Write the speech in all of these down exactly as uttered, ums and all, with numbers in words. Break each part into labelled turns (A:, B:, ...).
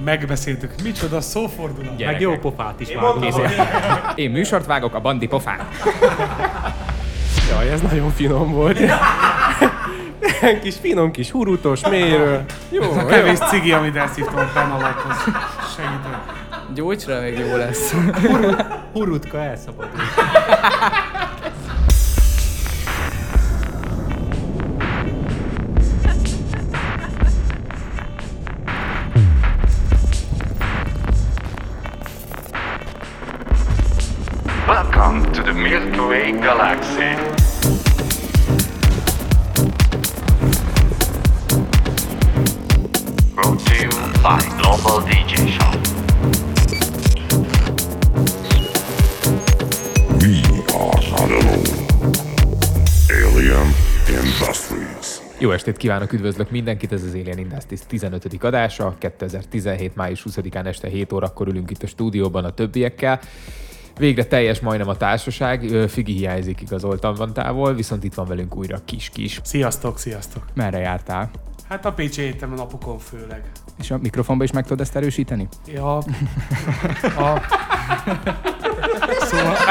A: Megbeszéltük, micsoda szófordulat.
B: Meg jó pofát is vágok.
C: Én műsort vágok, a Bandi pofát.
D: Jaj, ez nagyon finom volt. Kis finom, kis hurutos, mélyről. Jó,
A: Ez a kevés cigi, amit elszívtam a pen alaphoz. Segítő.
E: Gyógycsra még jó lesz.
B: Hurutka elszabadul.
F: Welcome to the Milky Way Galaxy. Brought to you by Global dé jé Shop.
G: We are not alone. Alien Industries.
C: Jó estét kívánok, üdvözlök mindenkit, ez az Alien Industries tizenötödik adása, kétezer-tizenhét. május huszadikán este hét órakor ülünk itt a stúdióban a többiekkel. Végre teljes majdnem a társaság, Figi hiányzik, igazoltan van távol, viszont itt van velünk újra Kis-Kis.
A: Sziasztok, sziasztok.
C: Merre jártál?
A: Hát a Pécsi Egyetemen napokon főleg.
C: És a mikrofonba is meg tudod ezt erősíteni?
A: Ja. A... Szóval...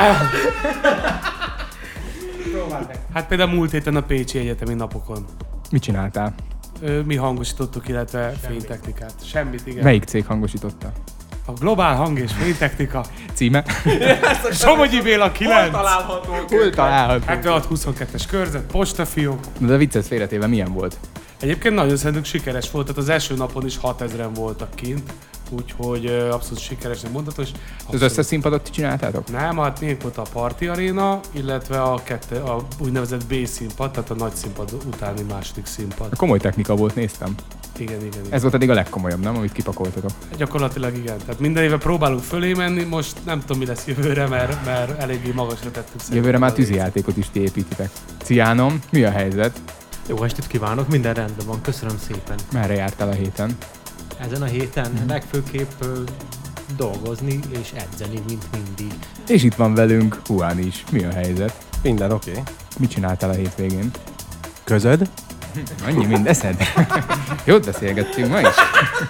A: Hát például múlt héten a Pécsi Egyetemi napokon.
C: Mit csináltál?
A: Ö, mi hangosítottuk, illetve fénytechnikát. Semmit, igen.
C: Melyik cég hangosította?
A: A Globál Hang és Fénytechnika.
C: Címe?
A: Somogyi Béla kilenc.
D: Hol található?
C: Hol található?
A: hetvenhat huszonkettes körzet, postafiók.
C: De vicces félretéve milyen volt?
A: Egyébként nagyon szerintünk sikeres volt, tehát az első napon is hatezren voltak kint, úgyhogy ö, abszolút sikeresnek mondható. És
C: Az
A: abszolút...
C: összes színpadot ti csináltátok?
A: Nem, hát miénk volt a Party Arena, illetve a, kette, a úgynevezett B színpad, tehát a nagy színpad utáni második színpad.
C: Komoly technika volt, néztem.
A: Igen, igen, igen.
C: Ez volt eddig a legkomolyabb, nem? Amit kipakoltatok.
A: Gyakorlatilag igen. Tehát minden éve próbálunk fölé menni, most nem tudom mi lesz jövőre, mert, mert eléggé magasra tettük.
C: Jövőre már tűzijátékot is ti építitek. Ciánom, mi a helyzet?
B: Jó estét kívánok, minden rendben van, köszönöm szépen.
C: Merre jártál a héten?
B: Ezen a héten mm-hmm. legfőképp ö, dolgozni és edzeni, mint mindig.
C: És itt van velünk Juan is. Mi a helyzet?
D: Minden oké. Okay.
C: Mit csináltál a hétvégén?
D: Közöd?
C: Annyi, mind eszed? Jót beszélgettünk ma is.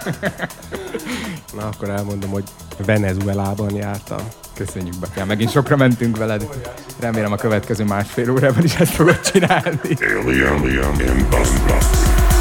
D: Na, akkor elmondom, hogy Venezuelában jártam.
C: Köszönjük, Batyám. Megint sokra mentünk veled. Remélem a következő másfél órában is ezt fogod csinálni.
G: Alien, Alien Industries.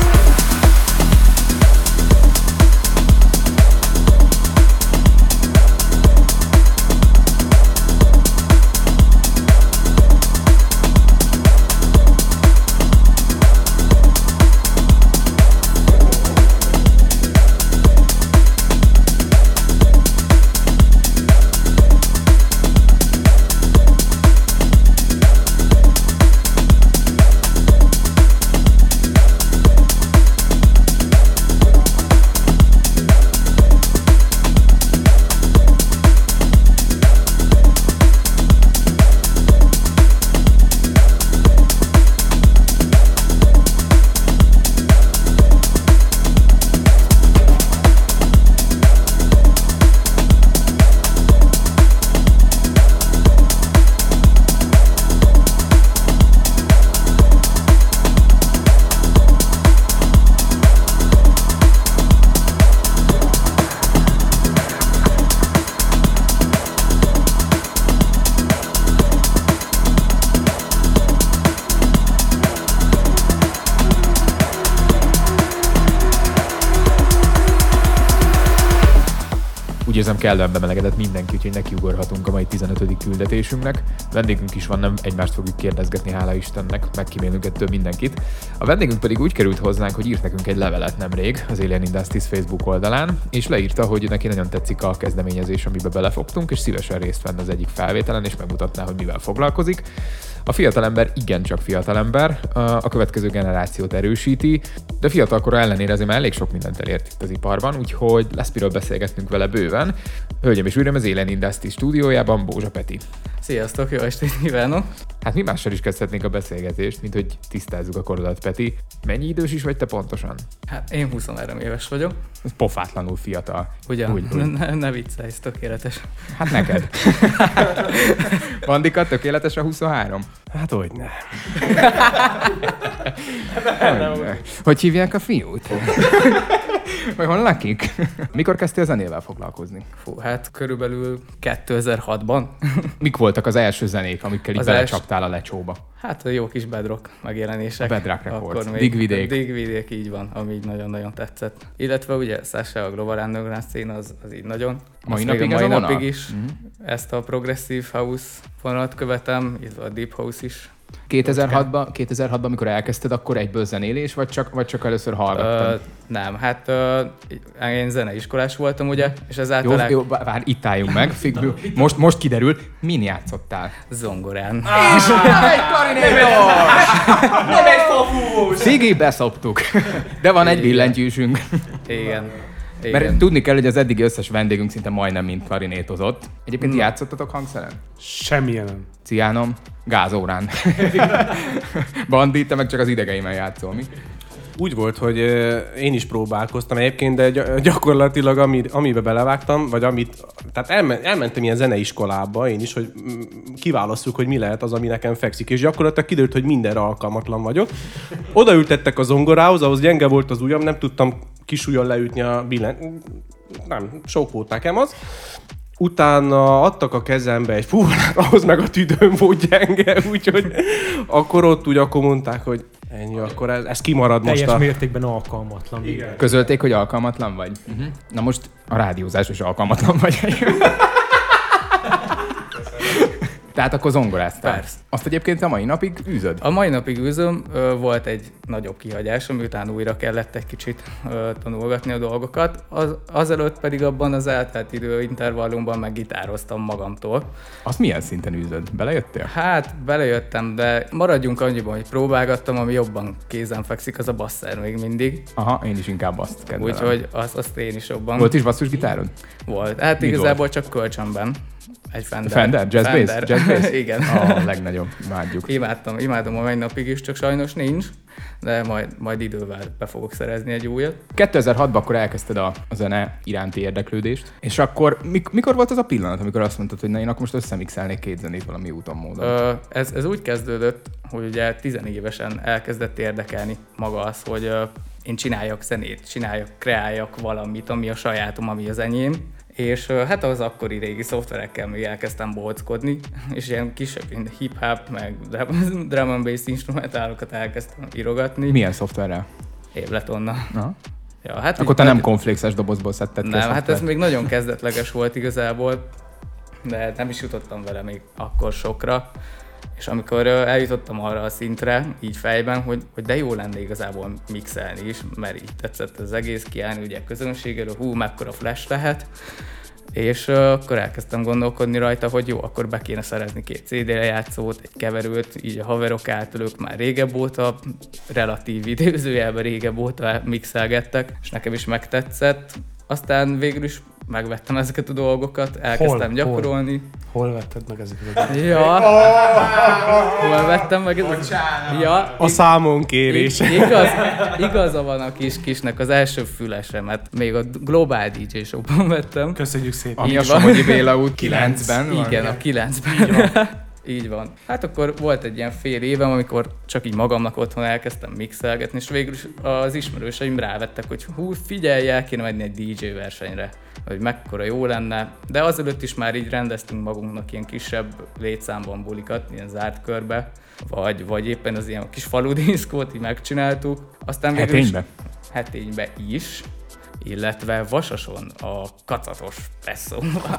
C: Érzem, kellően bemelegedett mindenki, úgyhogy nekiugorhatunk a mai tizenötödik küldetésünknek. Vendégünk is van, nem egymást fogjuk kérdezgetni, hála Istennek, megkímélünk ettől mindenkit. A vendégünk pedig úgy került hozzánk, hogy írt nekünk egy levelet nemrég az Alien Industries Facebook oldalán, és leírta, hogy neki nagyon tetszik a kezdeményezés, amiben belefogtunk, és szívesen részt venne az egyik felvételen, és megmutatná, hogy mivel foglalkozik. A fiatalember igencsak fiatalember, a következő generációt erősíti, de fiatalkora ellenére azért már elég sok mindent elért itt az iparban, úgyhogy lesz miről beszélgetnünk vele bőven. Hölgyeim és uraim, az Alien Industries stúdiójában Bózsa Peti.
E: Sziasztok, jó estét kívánok!
C: Hát mi mással is kezdhetnénk a beszélgetést, mint hogy tisztázzuk a korodat, Peti. Mennyi idős is vagy te pontosan?
E: Hát én huszonhárom éves vagyok.
C: Ez pofátlanul fiatal.
E: Ugye?
C: Úgy, úgy.
E: Ne, ne viccelj, ez tökéletes.
C: Hát neked. Vandika, tökéletes a huszonhárom?
D: Hát hogy ne.
C: Hogy hívják a fiút? Vagy hol lakik? Mikor kezdtél zenével foglalkozni?
E: Fú, hát körülbelül kétezer-hatban.
C: Mik voltak az első zenék, amikkel így
E: Az
C: belecsaptál a lecsóba?
E: Hát a jó kis bedrock megjelenések.
C: A Bedrock Records.
E: Akkor még
C: Digvidék.
E: Digvidék, így van, ami így nagyon-nagyon tetszett. Illetve ugye Sasha, a Global Underground szín, az, az így nagyon.
C: Mai
E: Azt
C: napig
E: még
C: ez
E: a
C: a
E: mai
C: vonal?
E: napig is. Mm-hmm. Ezt a Progressive House vonalat követem, illetve a Deep House is.
C: kétezer-hatban, kétezer-hatban, amikor elkezdted, akkor egyből zenélés, vagy csak, vagy csak először hallgattad?
E: Ö, nem, hát ö, én zeneiskolás voltam, ugye, és az
C: Jó,
E: általában
C: jó, vár, itt álljunk meg. Figből. Most, most kiderül, min játszottál?
E: zongorán.
C: És egy klarinétos! Nem egy fafús! Szigi, beszoptuk. De van egy billentyűsünk.
E: Igen.
C: Mert
E: Igen.
C: tudni kell, hogy az eddigi összes vendégünk szinte majdnem mind klarinétozott. Egyébként ti játszottatok hangszeren?
A: Semmilyen nem.
C: Ciánom, gázórán. Bandi, te meg csak az idegeimen játszol, mi?
D: Úgy volt, hogy ö, én is próbálkoztam egyébként, de gy- gyakorlatilag ami, amibe belevágtam, vagy amit, tehát elmen, elmentem ilyen zeneiskolába én is, hogy mm, kiválasszuk, hogy mi lehet az, ami nekem fekszik, és gyakorlatilag kiderült, hogy mindenre alkalmatlan vagyok. Odaültettek a zongorához, ahhoz gyenge volt az ujjam, nem tudtam kis ujjon leütni a billen. Nem, sok volt nekem az. Utána adtak a kezembe egy fúrát, ahhoz meg a tüdőm volt gyenge, úgyhogy akkor ott úgy akkor mondták, hogy ennyi, akkor ez, ez kimarad most
B: Teljes
D: a...
B: mértékben alkalmatlan. Igen.
C: Közölték, hogy alkalmatlan vagy? Uh-huh. Na most a rádiózás is alkalmatlan vagy. Tehát akkor zongoráztál.
E: Persze.
C: Azt egyébként a mai napig űzöd?
E: A mai napig űzöm, ö, volt egy nagyobb kihagyás, ami után újra kellett egy kicsit ö, tanulgatni a dolgokat. Az, azelőtt pedig abban az eltelt idő intervallumban meggitároztam magamtól.
C: Azt milyen szinten űzöd? Belejöttél?
E: Hát belejöttem, de maradjunk annyiban, hogy próbálgattam, ami jobban kézen fekszik, az a basszer még mindig.
C: Aha, én is inkább azt kedvelem.
E: Úgyhogy azt, azt én is jobban.
C: Volt is basszusgitárod?
E: Volt. Hát
C: Mi
E: igazából
C: volt?
E: csak kölcsönben. Egy Fender.
C: Fender? Jazz bass?
E: Fender.
C: Jazz bass?
E: Igen.
C: A legnagyobb, imádjuk.
E: Imádtam, imádom a mai napig is, csak sajnos nincs, de majd, majd idővel be fogok szerezni egy újat.
C: kétezer-hatban akkor elkezdted a, a zene iránti érdeklődést, és akkor mik, mikor volt az a pillanat, amikor azt mondtad, hogy na, én akkor most összemixelnék két zenét valami úton, módon?
E: Ö, ez, ez úgy kezdődött, hogy ugye tizenévesen elkezdett érdekelni maga az, hogy ö, én csináljak zenét, csináljak, kreáljak valamit, ami a sajátom, ami az enyém. És uh, hát az akkori régi szoftverekkel még elkezdtem bohockodni, és ilyen kisebb ilyen hip-hop, meg drum and bass instrumentálokat elkezdtem írogatni.
C: Milyen szoftverrel?
E: Abletonnal.
C: Aha.
E: Ja, hát
C: Akkor
E: így
C: te nem
E: nagy-
C: konflékszes dobozból szedted ki a
E: Nem, hát ez
C: szoftvert?
E: még nagyon kezdetleges volt igazából, de nem is jutottam vele még akkor sokra. És amikor ö, eljutottam arra a szintre, így fejben, hogy, hogy de jó lenne igazából mixelni is, mert így tetszett az egész kiállni ugye közönségről, hú, mekkora flash lehet, és uh, akkor elkezdtem gondolkodni rajta, hogy jó, akkor be kéne szerezni két cé dé lejátszót, egy keverőt, így a haverok által ők már régebb óta, relatív idézőjelben régebb óta mixelgettek, és nekem is megtetszett. Aztán végül is megvettem ezeket a dolgokat, elkezdtem
A: Hol?
E: gyakorolni.
A: Hol vetted meg ezeket?
E: Ja. Hol vettem meg? Ja,
D: A számon kérés.
E: ig- igaz, igaza van a kis kisnek, az első fülesemet még a Global dé dzsé Shopban vettem.
A: Köszönjük szépen.
C: Ami a
E: Így van.
C: Somogyi Béla út kilencben van.
E: Igen, a kilencben. Így van. Így van. Hát akkor volt egy ilyen fél évem, amikor csak így magamnak otthon elkezdtem mixelgetni, és végül is az ismerőseim rávettek, hogy hú, figyelj, el kéne menni egy dé dzsé versenyre, hogy mekkora jó lenne. De azelőtt is már így rendeztünk magunknak ilyen kisebb létszámban bulikat, ilyen zárt körbe, vagy, vagy éppen az ilyen kis faludiszkót így megcsináltuk. Aztán végül is-
C: Heténybe?
E: Heténybe is, illetve Vasason a kacatos presszóval.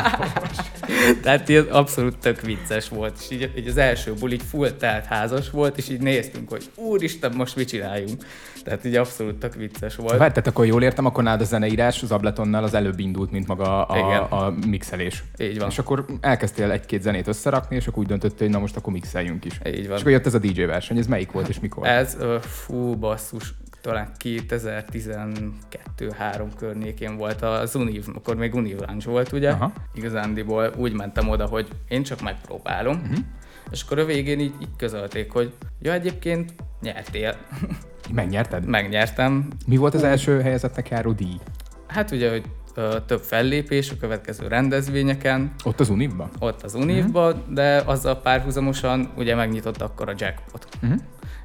E: Tehát ilyen abszolút tök vicces volt, és így, így az első buli így full telt házas volt, és így néztünk, hogy úristen, most mit csináljunk. Tehát így abszolút tök vicces volt.
C: Várj, tehát akkor jól értem, akkor nálad a zeneírás az Abletonnal az előbb indult, mint maga
E: Igen.
C: a, a mixelés.
E: Így van.
C: És akkor elkezdtél egy-két zenét összerakni, és akkor úgy döntöttél, hogy na most akkor mixeljünk is.
E: Így van.
C: És akkor jött ez a dé dzsé verseny, ez melyik volt és mikor?
E: Ez, ö, fú, basszus, talán kétezer-tizenkettő három környékén volt az Univ, akkor még Univ volt, ugye?
C: Aha.
E: Igazándiból úgy mentem oda, hogy én csak megpróbálom, uh-huh. és akkor a végén így, így közölték, hogy ja, egyébként nyertél.
C: Megnyerted?
E: Megnyertem.
C: Mi volt az első helyezettnek járó díj?
E: Hát ugye, hogy ö, több fellépés a következő rendezvényeken,
C: Ott az Univban?
E: ott az Univban, uh-huh. de azzal párhuzamosan ugye megnyitott akkor a jackpot.
C: Uh-huh.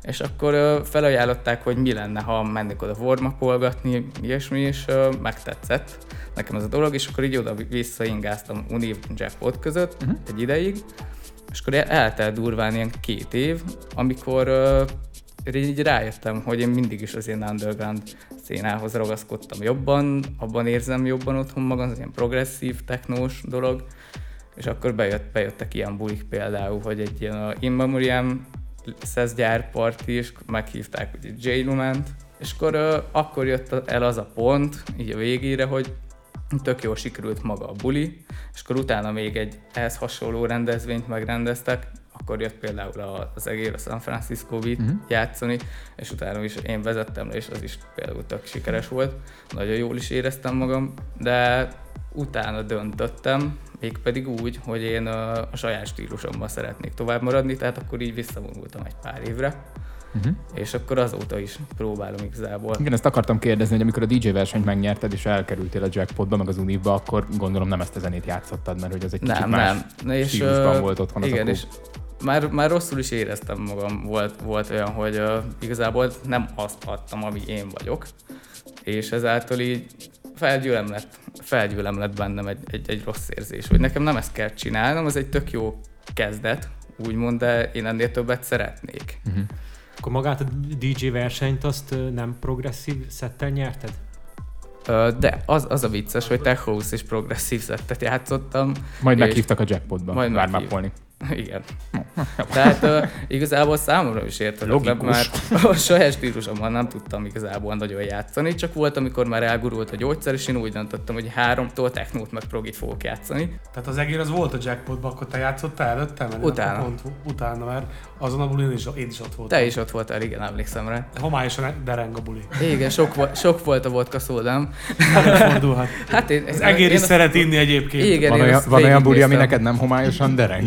E: és akkor ö, felajánlották, hogy mi lenne, ha mennék oda warm-upolgatni, ilyesmi, és ö, megtetszett nekem ez a dolog, és akkor így oda-vissza ingáztam Univ Jackpot között uh-huh. egy ideig, és akkor eltelt durván ilyen két év, amikor ö, így rájöttem, hogy én mindig is az ilyen underground szénához ragaszkodtam jobban, abban érzem jobban otthon magam, az ilyen progresszív, technós dolog, és akkor bejött, bejöttek ilyen bulik például, hogy egy ilyen uh, In Memoriam szeszgyár parti, és meghívták ugye J. Lument, és akkor, uh, akkor jött el az a pont, így a végére, hogy tök jól sikerült maga a buli, és akkor utána még egy ehhez hasonló rendezvényt megrendeztek, akkor jött például az egér a San Francisco Beat uh-huh. játszani, és utána is én vezettem le, és az is például tök sikeres volt. Nagyon jól is éreztem magam, de utána döntöttem, mégpedig úgy, hogy én a, a saját stílusomban szeretnék tovább maradni, tehát akkor így visszavonultam egy pár évre, uh-huh. és akkor azóta is próbálom igazából.
C: Igen, ezt akartam kérdezni, hogy amikor a dé dzsé versenyt megnyerted, és elkerültél a Jackpotba, meg az Univba, akkor gondolom nem ezt a zenét játszottad, mert hogy ez egy kicsit
E: nem,
C: más
E: nem.
C: stílusban
E: és,
C: volt otthon
E: igen,
C: az
E: és már, már rosszul is éreztem magam, volt, volt olyan, hogy uh, igazából nem azt adtam, ami én vagyok, és ezáltal így felgyűlöm lett, felgyűlöm lett bennem egy, egy, egy rossz érzés, hogy nekem nem ezt kell csinálnom, az egy tök jó kezdet, úgymond, de én ennél többet szeretnék.
B: Uh-huh. Akkor magát a dé dzsé versenyt azt nem progresszív szettel nyerted?
E: Uh, de az, az a vicces, hogy tech house és progresszív szettet játszottam.
C: Majd meghívtak a Jackpotba,
E: majd
C: vármápolni.
E: Igen. Tehát uh, igazából számomra is értetetlen, mert a saját stílusomban nem tudtam igazából nagyon játszani, csak volt, amikor már elgurult a gyógyszer, és én úgy döntöttem, hogy háromtól technót meg progit fogok játszani.
A: Tehát az egér az volt a Jackpotban, akkor te játszottál előtte?
E: Utána.
A: Pont, utána, mert azon a bulin is, én is ott voltam.
E: Te is ott voltál, igen, emlékszem rá.
A: Homályosan dereng a buli.
E: Igen, sok, vo- sok volt a vodka szódám.
A: Előfordulhat.
E: Hát én,
A: az egér is szeret inni egyébként.
E: Igen,
C: van olyan, van olyan buli, ami neked nem homályosan dereng?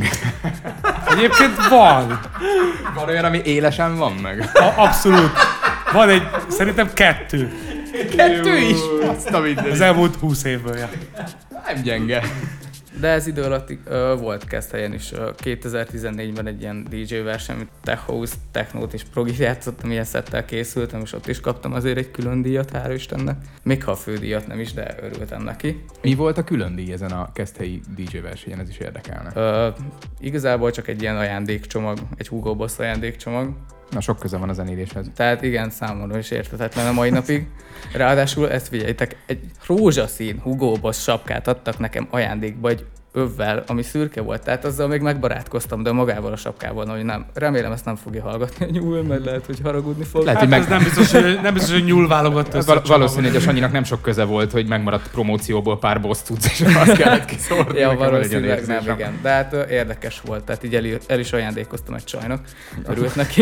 A: Egyébként van.
C: Van olyan, ami élesen van meg?
A: A, abszolút. Van egy, szerintem kettő.
C: Kettő is? Azt a mindenit.
A: Az elmúlt húsz évből, ja.
C: Nem gyenge.
E: De ez idő alatt uh, volt Keszthelyen is. Uh, kétezer-tizennégyben egy ilyen dé dzsé verseny, amit Tech House, Technót és Progit játszottam, ilyen szettel készültem, és ott is kaptam azért egy külön díjat, hála Istennek. Még ha a fődíjat nem is, de örültem neki.
C: Mi volt a külön díj ezen a keszthelyi dé dzsé versenyen? Ez is érdekelne.
E: Uh, igazából csak egy ilyen ajándékcsomag, egy Hugo Boss ajándékcsomag.
C: Na, sok köze van a zenéléshez.
E: Tehát igen, számomra is érthetetlen a mai napig. Ráadásul ezt figyeljétek, egy rózsaszín Hugo Boss sapkát adtak nekem ajándékba egy övvel, ami szürke volt, tehát azzal még megbarátkoztam, de magával a sapkával, hogy nem. Remélem ezt nem fogja hallgatni a nyúl, mert lehet, hogy haragudni fog.
C: Lehet,
A: Hát
C: hogy
A: meg... nem biztos, hogy, nem biztos, hogy nyúl válogatott össze.
C: Val- valószínű, hogy a Sanyinak nem sok köze volt, hogy megmaradt promócióból pár boss tudsz, és azt kellett kiszórni.
E: Ja, valószínűleg nem, igen. De hát uh, érdekes volt, tehát így el, el is ajándékoztam egy csajnak. Örült neki.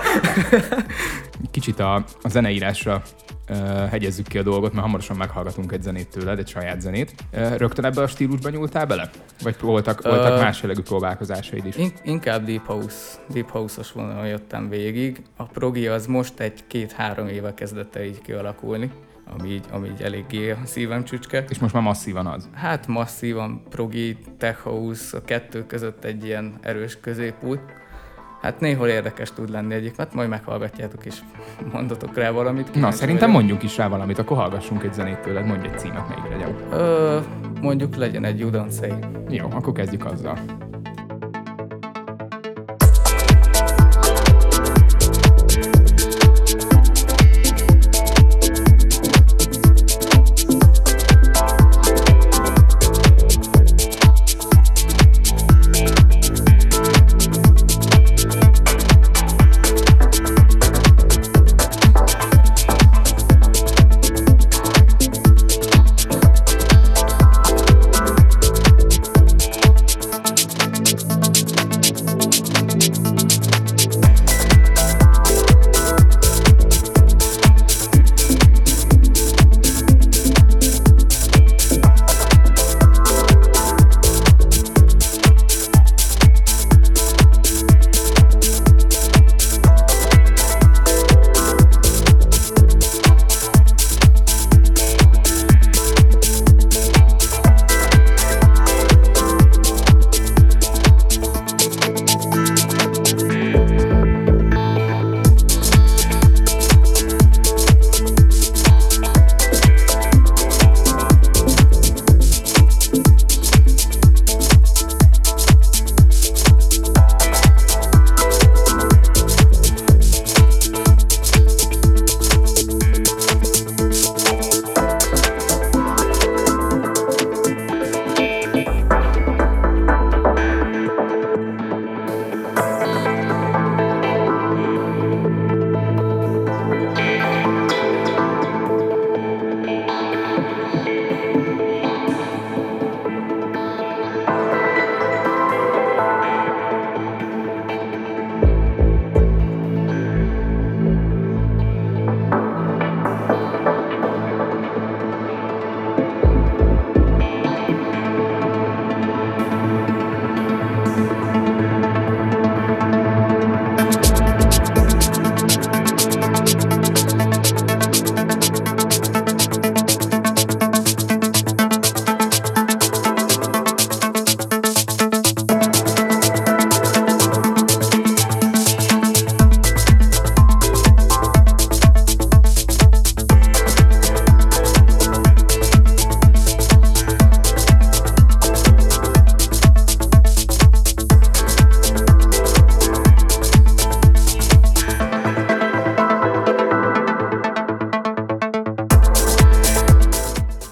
C: Kicsit a, a zeneírásra uh, hegyezzük ki a dolgot, mert hamarosan meghallgatunk egy zenét tőled, egy saját zenét. Uh, rögtön ebbe a stílusba nyúltál bele? Vagy voltak, voltak uh, más jellegű próbálkozásaid is?
E: In- inkább Deep House, Deep House-os vonalon jöttem végig. A progi az most egy két-három éve kezdett el így kialakulni, ami így, ami így eléggé a szívem csücske.
C: És most már masszívan az?
E: Hát masszívan progi, tech house, a kettő között egy ilyen erős középút. Hát néhol érdekes tud lenni egyik, mert majd meghallgatjátok és mondatok rá valamit.
C: Na, szerintem mondjuk is rá valamit, akkor hallgassunk egy zenét tőled, mondj egy címet, melyik legyen.
E: Ö, mondjuk legyen egy You Don't Say.
C: Jó, akkor kezdjük azzal.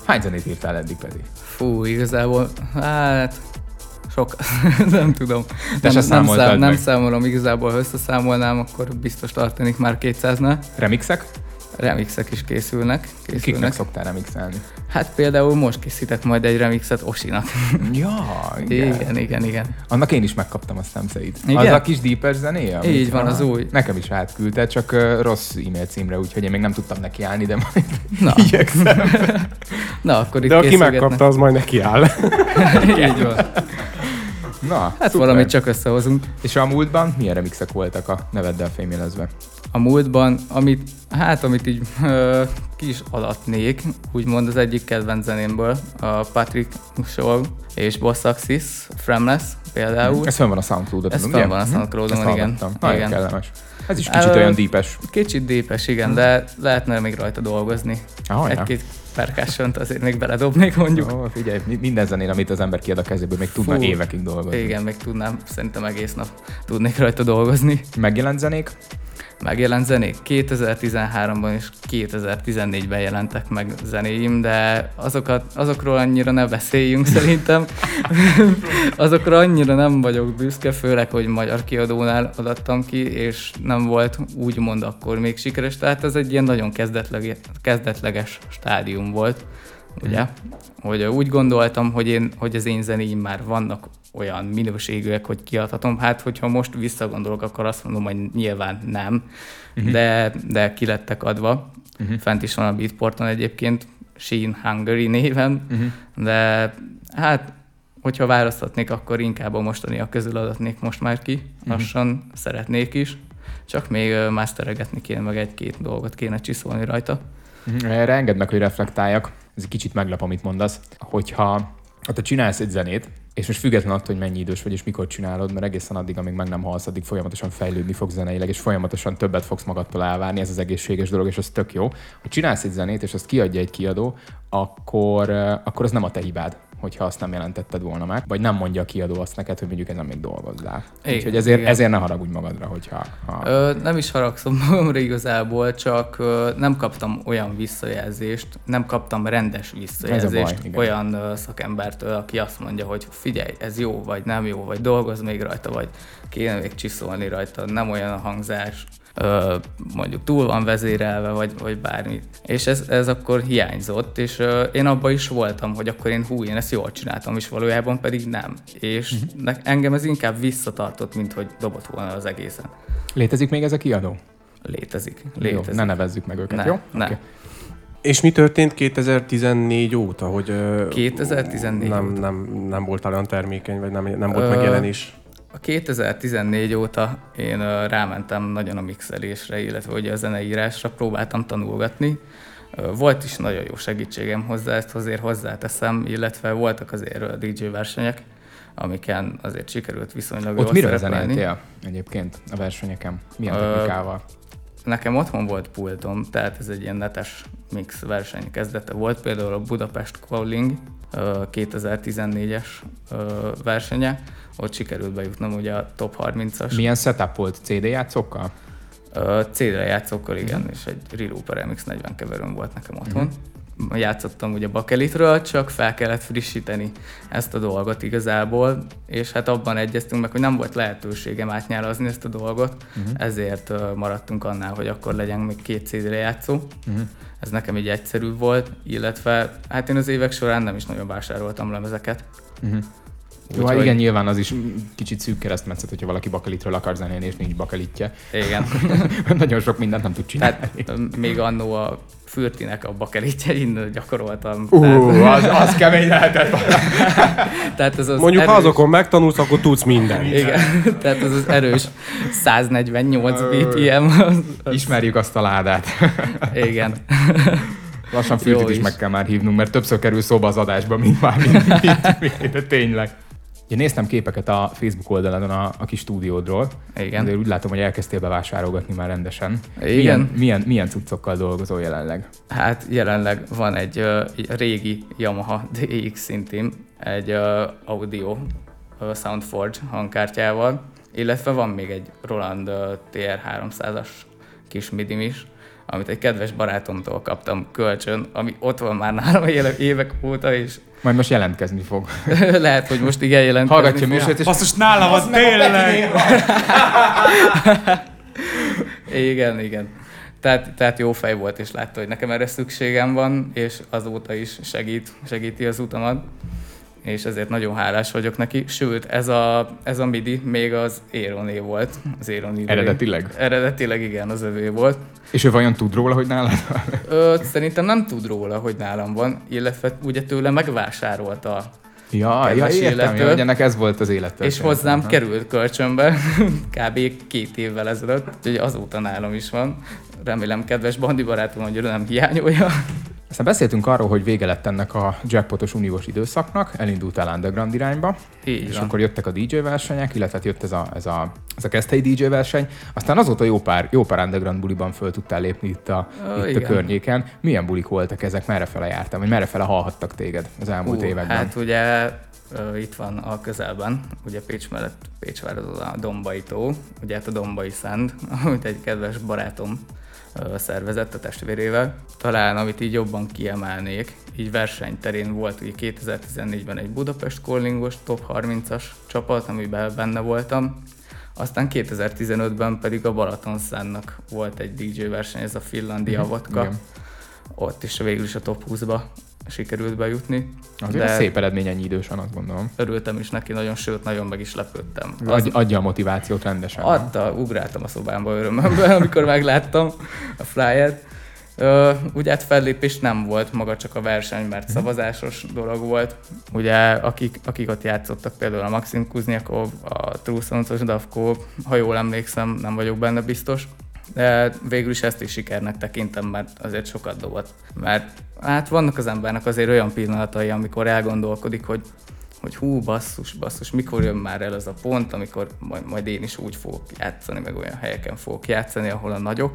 C: Hány zenét írtál eddig, Peti?
E: Fú, igazából, hát... Sok, nem tudom.
C: Te
E: nem,
C: se
E: nem,
C: számoltad
E: szám, nem
C: meg?
E: számolom igazából, ha összeszámolnám, akkor biztos tartanék már kétszáznál.
C: Remixek?
E: Remixek is készülnek.
C: Kiknek
E: készülnek.
C: szoktál remixelni?
E: Hát például most készítek majd egy remixet Osinak.
C: Ja, igen.
E: Igen, igen, igen.
C: Annak én is megkaptam a Stemszeit.
E: Igen?
C: Az a kis Deeper zenéje? amit-
E: Így van, az
C: Ah,
E: új.
C: Nekem is átküldte, csak uh, rossz e-mail címre, úgyhogy én még nem tudtam neki állni, de majd
E: Na.
C: igyekszem.
E: Na, akkor itt
D: De aki
E: készülgetnek.
D: megkapta, az majd neki áll.
E: Így van.
C: Na,
E: Hát
C: szuper.
E: valamit csak összehozunk.
C: És a múltban milyen remixek voltak a neveddel fémjelezve?
E: A múltban, amit, hát amit így ö, ki is adatnék, úgymond az egyik kedvenc zenémből, a Patrick Shaw és Boss Axis, Frameless például.
C: Ez fenn van a Soundcloud-on,
E: Ez
C: ugye?
E: fenn van a
C: Mhm.
E: Soundcloud-on,
C: Ezt
E: igen.
C: hallgattam. Nagyon
E: Igen.
C: kellemes. Ez is kicsit
E: Ö,
C: olyan deepes.
E: Kicsit dépes, igen, de lehetne még rajta dolgozni.
C: Ah, ja.
E: Egy-két percussion-t azért még beledobnék mondjuk.
C: Ó, figyelj, mi- minden zenén, amit az ember kiad a kezéből, még tudna
E: Fú,
C: évekig dolgozni.
E: Igen, még tudnám, szerintem egész nap tudnék rajta dolgozni.
C: Megjelent zenék?
E: Megjelent zenék. kétezer-tizenháromban és kétezer-tizennégyben jelentek meg zenéim, de azokat, azokról annyira ne beszéljünk szerintem. Azokra annyira nem vagyok büszke, főleg, hogy magyar kiadónál adattam ki, és nem volt úgymond akkor még sikeres. Tehát ez egy ilyen nagyon kezdetlege, kezdetleges stádium volt, ugye? Hogy úgy gondoltam, hogy, én, hogy az én zenéim már vannak olyan minőségűek, hogy kiadhatom. Hát, hogyha most visszagondolok, akkor azt mondom, hogy nyilván nem, uh-huh. de, de ki lettek adva. Uh-huh. Fent is van a Beatporton egyébként, Sheen Hungary néven, uh-huh. de hát, hogyha választhatnék, akkor inkább a mostaniak közül adatnék most már ki. Lassan uh-huh. szeretnék is, csak még uh, masteregetni kéne, meg egy-két dolgot kéne csiszolni rajta.
C: Uh-huh. Erre engedd meg, hogy reflektáljak. Ez egy kicsit meglep, amit mondasz. Hogyha ha te csinálsz egy zenét, és most független attól, hogy mennyi idős vagy, és mikor csinálod, mert egészen addig, amíg meg nem halsz, addig folyamatosan fejlődni fogsz zeneileg, és folyamatosan többet fogsz magadtól elvárni, ez az egészséges dolog, és az tök jó. Ha csinálsz egy zenét, és azt kiadja egy kiadó, akkor, akkor az nem a te hibád, hogyha azt nem jelentetted volna meg, vagy nem mondja a kiadó azt neked, hogy mondjuk ezen még dolgozzál.
E: Igen,
C: Úgyhogy ezért,
E: igen.
C: ezért ne haragudj magadra, hogyha... Ha...
E: Ö, nem is haragszom magamra igazából, csak ö, nem kaptam olyan visszajelzést, nem kaptam rendes visszajelzést
C: igen.
E: olyan ö, szakembertől, aki azt mondja, hogy figyelj, ez jó, vagy nem jó, vagy dolgozz még rajta, vagy kéne még csiszolni rajta, nem olyan a hangzás, ö, mondjuk túl van vezérelve, vagy, vagy bármi. És ez, ez akkor hiányzott, és ö, én abban is voltam, hogy akkor én hú, én ezt jól csináltam, és valójában pedig nem. És uh-huh. ne, engem ez inkább visszatartott, mint hogy dobott volna az egészen.
C: Létezik még ez a kiadó?
E: Létezik.
C: Jó,
E: Létezik.
C: ne nevezzük meg őket,
E: Ne,
C: jó?
E: ne.
C: Okay.
D: És mi történt kétezer-tizennégy óta, hogy ö,
E: kétezer-tizennégy
D: nem,
E: óta.
D: nem, nem volt olyan termékeny, vagy nem, nem volt
E: Ö,
D: megjelenés?
E: A kétezer-tizennégy óta én ö, rámentem nagyon a mixelésre, illetve ugye a zeneírásra, próbáltam tanulgatni. Ö, Volt is nagyon jó segítségem hozzá, ezt azért hozzáteszem, illetve voltak azért ö, dé dzsé versenyek, amiken azért sikerült viszonylag
C: Ott
E: jól
C: miről
E: szerepelni.
C: zenéltél egyébként a versenyeken? Milyen
E: Ö,
C: technikával?
E: Nekem otthon volt pultom, tehát ez egy ilyen netes mix verseny kezdete volt, például a Budapest Calling ö, kétezer-tizennégyes ö, versenye, ott sikerült bejutnom ugye a top harmincas.
C: Milyen setup volt? cé dé játszókkal?
E: Ö, cé dé igen, igen, és egy Relooper em iksz negyven keverőm volt nekem otthon. Uh-huh. Játszottam ugye Bakelitről, csak fel kellett frissíteni ezt a dolgot igazából, és hát abban egyeztünk meg, hogy nem volt lehetőségem átnyálazni ezt a dolgot, uh-huh. ezért uh, maradtunk annál, hogy akkor legyen még két cé dé játszó. Uh-huh. Ez nekem így egyszerű volt, illetve hát én az évek során nem is nagyon vásároltam lemezeket.
C: Uh-huh. Jó, hát igen, nyilván az is kicsit szűk keresztmetszet, hogyha valaki bakelitről akar zenélni, és nincs bakelitje.
E: Igen.
C: Nagyon sok mindent nem tud csinálni.
E: Tehát még annó a Fürtinek a bakelitje, innen gyakoroltam.
C: Ú,
E: tehát...
C: az, az kemény lehetett.
E: tehát ez az
D: Mondjuk,
E: erős...
D: ha azokon megtanulsz, akkor tudsz mindent.
E: Igen, tehát ez az erős száznegyvennyolc bé pé em. Az, az...
C: Ismerjük azt a ládát.
E: Igen.
C: Lassan Fürtit is, is meg kell már hívnunk, mert többször kerül szóba az adásba, mint már mint, mint, mint, de tényleg. Én néztem képeket a Facebook oldalon a, a kis stúdiódról.
E: Igen.
C: Azért úgy látom, hogy elkezdtél bevásárolgatni már rendesen.
E: Igen.
C: Milyen, milyen, milyen cuccokkal dolgozol jelenleg?
E: Hát jelenleg van egy uh, régi Yamaha dé iksz szintén, egy uh, audio uh, Soundforge hangkártyával, illetve van még egy Roland uh, té er háromszázas kis midim is, amit egy kedves barátomtól kaptam kölcsön, ami ott van már nálam évek óta, és
C: Majd most jelentkezni fog.
E: lehet, hogy most igen jelentkezni
C: Hallgatja a
E: fog.
C: műsort, és
A: Basszus, nálam van tényleg!
E: Igen, igen. Tehát, tehát jó fej volt, és látta, hogy nekem erre szükségem van, és azóta is segít, segíti az utamat, és ezért nagyon hálás vagyok neki. Sőt, ez a, ez a midi még az Éroné volt. Az Éroné
C: Eredetileg?
E: Eredetileg igen, az övé volt.
C: És ő vajon tud róla, hogy nálad van?
E: Ö, szerintem nem tud róla, hogy nálam van, illetve ugye tőle megvásárolta.
C: Ja, ja
E: Kedves
C: értem,
E: élettől.
C: ja, hogy ennek ez volt az élettől.
E: És hozzám került kölcsönbe kb. két évvel ezelőtt, úgyhogy azóta nálam is van. Remélem, kedves bandi barátom, hogy ő nem hiányolja.
C: Aztán beszéltünk arról, hogy vége lett ennek a jackpotos uniós időszaknak, elindultál underground irányba,
E: Így
C: és
E: van.
C: akkor jöttek a dé dzsé versenyek, illetve jött ez a, ez a, ez a Keszthelyi dé dzsé verseny, aztán azóta jó pár, jó pár underground buliban föl tudtál lépni itt a,
E: Ó,
C: itt a
E: igen.
C: környéken. Milyen bulik voltak ezek, merrefele jártál, vagy merrefele hallhattak téged az elmúlt
E: Hú,
C: években?
E: Hát ugye ö, itt van a közelben, ugye Pécs mellett, Pécsvárad a Dombai tó, ugye hát a Dombai Szend, amit egy kedves barátom ö, szervezett a testvérével. Talán amit így jobban kiemelnék, így versenyterén volt ugye kétezer-tizennégyben egy Budapest Callingos top harmincas csapat, amiben benne voltam. Aztán kétezer-tizenötben pedig a Balatonszánnak volt egy dé dzsé verseny, ez a Finlandia
C: Mhm,
E: Vodka.
C: igen.
E: Ott is végül is a top húszba sikerült bejutni.
C: Azért
E: de
C: szép eredmény ennyi idősen, azt gondolom.
E: örültem is neki nagyon, sőt, nagyon meg is lepődtem.
C: Adj, adja a motivációt rendesen.
E: Adta, ugráltam a szobámba örömömben, amikor megláttam a flyert. Uh, ugye hát fellépés nem volt maga csak a verseny, mert szavazásos dolog volt. Ugye akik, akik ott játszottak, például a Maxim Kuznyakov, a Trusoncos Davko, ha jól emlékszem, nem vagyok benne biztos. De végül is ezt is sikernek tekintem, mert azért sokat dobott. Mert hát vannak az embernek azért olyan pillanatai, amikor elgondolkodik, hogy hogy hú, basszus, basszus, mikor jön már el az a pont, amikor majd, majd én is úgy fogok játszani, meg olyan helyeken fogok játszani, ahol a nagyok.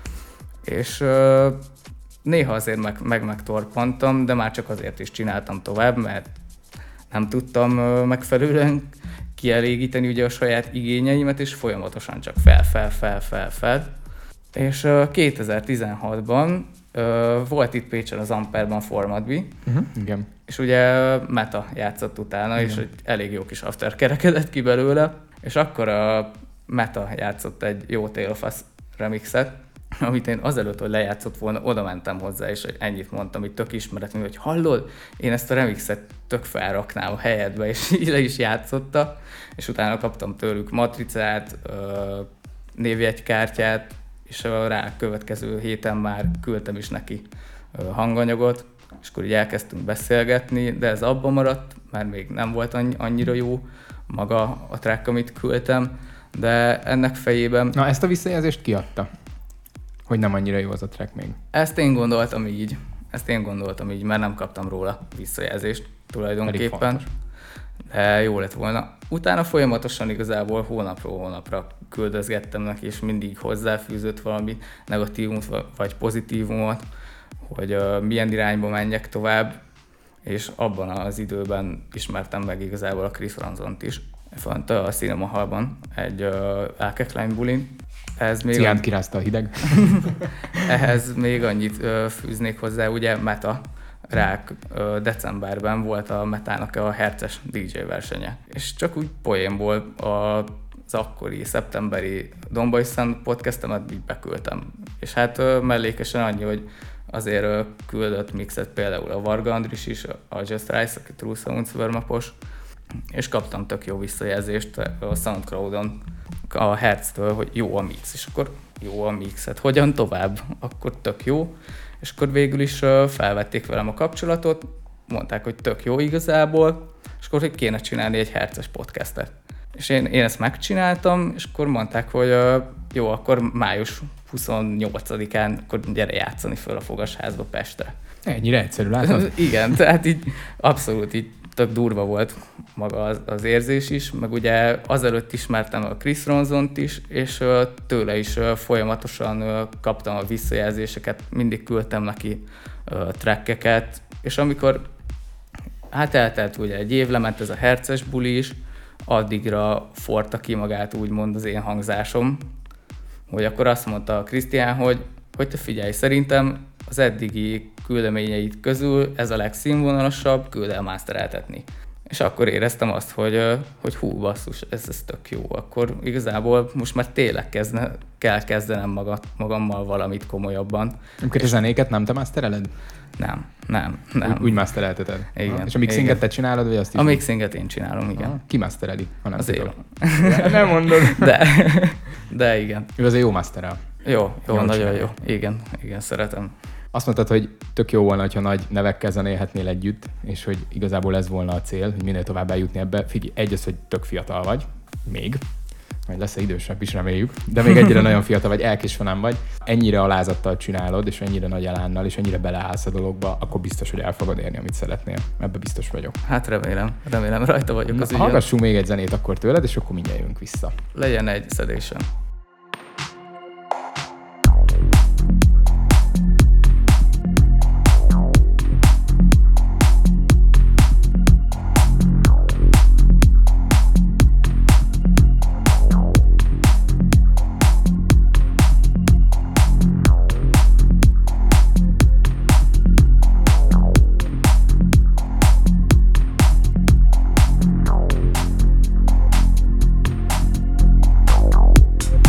E: És uh, néha azért meg, meg megtorpantam, de már csak azért is csináltam tovább, mert nem tudtam uh, megfelelően kielégíteni ugye a saját igényeimet, és folyamatosan csak fel, fel, fel, fel, fel. És uh, kétezer-tizenhatban uh, volt itt Pécsen az Amperban Formadbi,
C: Uh-huh, igen.
E: és ugye Meta játszott utána, és egy elég jó kis after kerekedett ki belőle, és akkor a Meta játszott egy jó Tale of Us remixet, amit én azelőtt, hogy lejátszott volna, oda mentem hozzá, és ennyit mondtam, hogy tök ismeretlen, hogy hallod, én ezt a remixet tök felraknám a helyedbe, és így le is játszotta, és utána kaptam tőlük matricát, névjegykártyát, és a rá következő héten már küldtem is neki hanganyagot, és akkor így elkezdtünk beszélgetni, de ez abban maradt, mert még nem volt annyira jó maga a track, amit küldtem, de ennek fejében...
C: Na, ezt a visszajelzést kiadta? Hogy nem annyira jó az a track még.
E: Ezt én gondoltam így, ezt én gondoltam így, mert nem kaptam róla visszajelzést tulajdonképpen. De jó lett volna. Utána folyamatosan igazából hónapról hónapra küldözgettem neki, és mindig hozzáfűzött valami negatívumot vagy pozitívumot, hogy uh, milyen irányba menjek tovább, és abban az időben ismertem meg igazából a Chris Ranzont is. Font a Cinema Hallban, egy uh, Alkekline bulin. Ez még
C: Ciánt kirázta a hideg.
E: Ehhez még annyit ö, fűznék hozzá, ugye Meta rák ö, decemberben volt a Metának a herces dé dzsé versenye. És csak úgy poénból az akkori szeptemberi Dombai Szent podcastemet így beküldtem. És hát ö, mellékesen annyi, hogy azért ö, küldött mixet például a Varga Andris is, a Just Rice, aki True Sounds Vermapos, és kaptam tök jó visszajelzést a Soundcloudon a Hertztől, hogy jó a mix, és akkor jó a mix, hát hogyan tovább? Akkor tök jó, és akkor végül is felvették velem a kapcsolatot, mondták, hogy tök jó igazából, és akkor hogy kéne csinálni egy herces podcastet. És én, én ezt megcsináltam, és akkor mondták, hogy jó, akkor május huszonnyolcadikán akkor gyere játszani föl a Fogasházba Pestre.
C: Ennyire egyszerű, látod?
E: Igen, tehát így abszolút így tök durva volt maga az, az érzés is, meg ugye azelőtt ismertem a Chris Ronzont is, és uh, tőle is uh, folyamatosan uh, kaptam a visszajelzéseket, mindig küldtem neki uh, trackeket, és amikor hát eltelt ugye egy év, lement ez a herces buli is, addigra forta ki magát úgymond az én hangzásom, hogy akkor azt mondta a Krisztián, hogy hogy te figyelj, szerintem az eddigi küldeményeid közül ez a legszínvonalasabb, küld el mastereltetni. És akkor éreztem azt, hogy, hogy hú, basszus, ez, ez tök jó. Akkor igazából most már tényleg kezdne, kell kezdenem maga, magammal valamit komolyabban.
C: Amikor a zenéket nem te mastereled?
E: Nem, nem, nem.
C: Úgy, úgy masterelteted?
E: Igen.
C: Ha. És a mixinget
E: igen.
C: te csinálod, vagy azt is?
E: A mixinget én csinálom, igen.
C: Ha. Ki mastereli? Ha nem
E: Az
C: tudod.
E: Éva.
C: Nem mondod.
E: De, de igen.
C: Ő azért jó masterel.
E: Jó, jó,
C: Jól
E: nagyon
C: csinálja.
E: jó. Igen, igen, szeretem.
C: Azt mondtad, hogy tök jó volna, ha nagy nevekkel zenélhetnél együtt, és hogy igazából ez volna a cél, hogy minél tovább eljutni ebbe. Figyelj, egy az, hogy tök fiatal vagy, még, majd lesz idősebb is, reméljük, de még egyre nagyon fiatal vagy, elkésve nem vagy. Ennyire alázattal csinálod, és ennyire nagy elánnal, és ennyire beleállsz a dologba, akkor biztos, hogy el fogod érni, amit szeretnél. Ebbe biztos vagyok.
E: Hát remélem, remélem rajta vagyok az ügyön.
C: Hallgassunk még egy zenét akkor tőled, és akkor mindjárt jövünk vissza.
E: Legyen egy szedésen.
G: Thank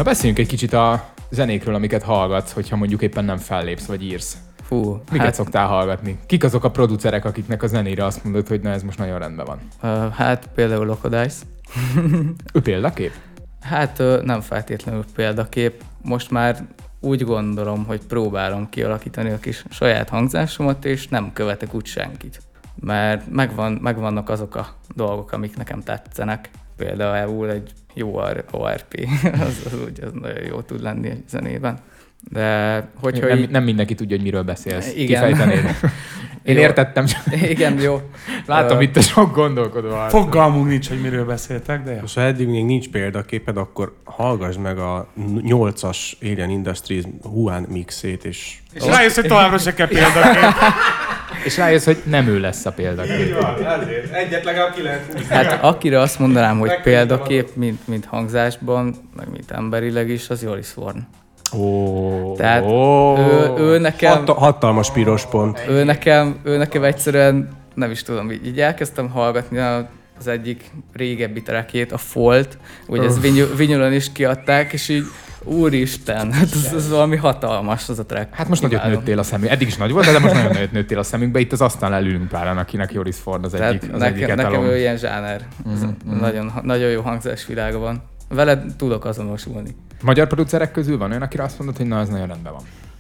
C: beszéljünk egy kicsit a zenékről, amiket hallgatsz, hogyha mondjuk éppen nem fellépsz, vagy írsz.
E: Fú,
C: Miket
E: hát,
C: szoktál hallgatni? Kik azok a producerek, akiknek a zenére azt mondod, hogy na ez most nagyon rendben van?
E: uh, hát például Locodice.
C: Ő példakép?
E: Hát uh, nem feltétlenül példakép. Most már úgy gondolom, hogy próbálom kialakítani a kis saját hangzásomat, és nem követek úgy senkit. Mert megvan, megvannak azok a dolgok, amik nekem tetszenek. Például egy jó o er pé, az, az úgy az nagyon jó tud lenni egy zenében. De hogyha
C: nem,
E: így...
C: nem mindenki tudja, hogy miről beszélsz.
E: Igen.
C: Kifejtenéd. Én
E: Jó.
C: értettem, csak
E: Igen, jó.
C: látom
E: Ö,
C: itt a sok gondolkodó.
A: Fogalmunk nincs, hogy miről beszéltek, de jó.
D: És ha eddig még nincs példaképed, akkor hallgass meg a nyolcas Alien Industries Juan mixét, és...
A: És rájössz, hogy továbbra se kell példakép.
C: És rájössz, hogy nem ő lesz a példakép.
D: Ezért. Egyet legalább ki lehet húzni.
E: Hát akire azt mondanám, hogy
D: Megkönnyítem
E: példakép, mint, mint hangzásban, meg mint emberileg is, az Joris Forn.
C: Ó,
E: Tehát
C: ó.
E: ő, ő nekem...
D: Hatta, hatalmas piros pont.
E: Ő nekem, ő nekem egyszerűen, nem is tudom, így, így elkezdtem hallgatni a, az egyik régebbi trackjét, a Folt, ugye ez vinyl, vinyolon is kiadták, és így úristen, hát ez, ez valami hatalmas az a track.
C: Hát most nagyot
E: Imádom.
C: nőttél a szemünk. Eddig is nagy volt, de most nagyon nagyot nőttél a szemünkbe. Itt az asztalnál ülünk páran, akinek Joris Ford az
E: Tehát
C: egyik, az
E: nekem,
C: egyik
E: nekem
C: etalom.
E: ő ilyen zsáner. Mm-hmm. Nagyon, nagyon jó hangzásvilága van. Vele tudok azonosulni.
C: Magyar producerek közül van olyan, akire azt mondod, hogy na, az nagyon rendben van.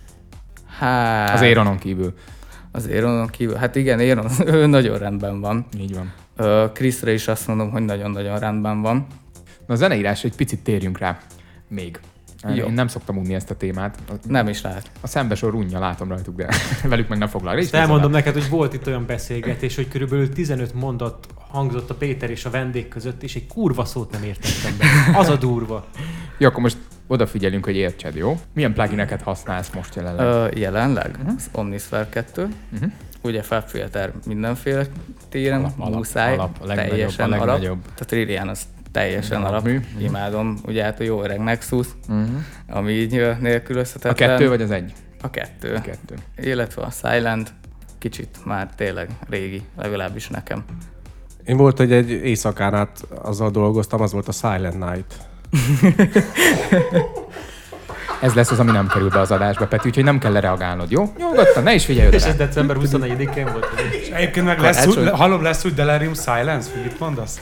E: Hát...
C: Az Aaronon kívül.
E: Az Aaronon kívül. Hát igen, Aaron, ő nagyon rendben van.
C: Így van.
E: Ö, Chrisre is azt mondom, hogy nagyon-nagyon rendben van.
C: Na a zeneírás, egy picit térjünk rá még.
E: Jó.
C: Én nem szoktam unni ezt a témát. A,
E: Nem is lehet.
C: a szembesor unja, látom rajtuk, de velük meg nem foglal.
B: Ezt elmondom neked, hogy volt itt olyan beszélgetés, hogy körülbelül tizenöt mondat hangzott a Péter és a vendég között, és egy kurva szót nem értettem be. Az a durva.
C: Jó, akkor most odafigyelünk, hogy értsed, jó? Milyen plugineket használsz most jelenleg?
E: Ö, jelenleg uh-huh. az Omnisphere kettő.
C: Uh-huh.
E: Ugye FabFilter mindenféle téren,
C: Alap, alap,
E: muszáj,
C: alap, a legnagyobb,
E: teljesen
C: a
E: alap.
C: legnagyobb.
E: Tehát Trillian az teljesen alap.
C: Alapmű.
E: Imádom. Ugye hát a jó öreg Nexus,
C: Uh-huh.
E: ami így ö,
C: A
E: nélkülözhetetlen.
C: kettő vagy az egy?
E: A kettő.
C: A kettő.
E: Illetve a Silent, kicsit már tényleg régi, legalábbis nekem.
D: Én volt, hogy egy éjszakán át azzal dolgoztam, az volt a Silent Night.
C: Ez lesz az, ami nem kerül be az adásba, Peti, úgyhogy nem kell lereagálnod, jó? Nyugodtan, ne is figyelj
B: És
C: oda
B: ez
C: rá.
B: december huszonegyedikén volt.
A: És egyébként meg lesz,
E: Karácsony.
A: úgy, hallom, lesz úgy Delirium Silence, hogy mit mondasz?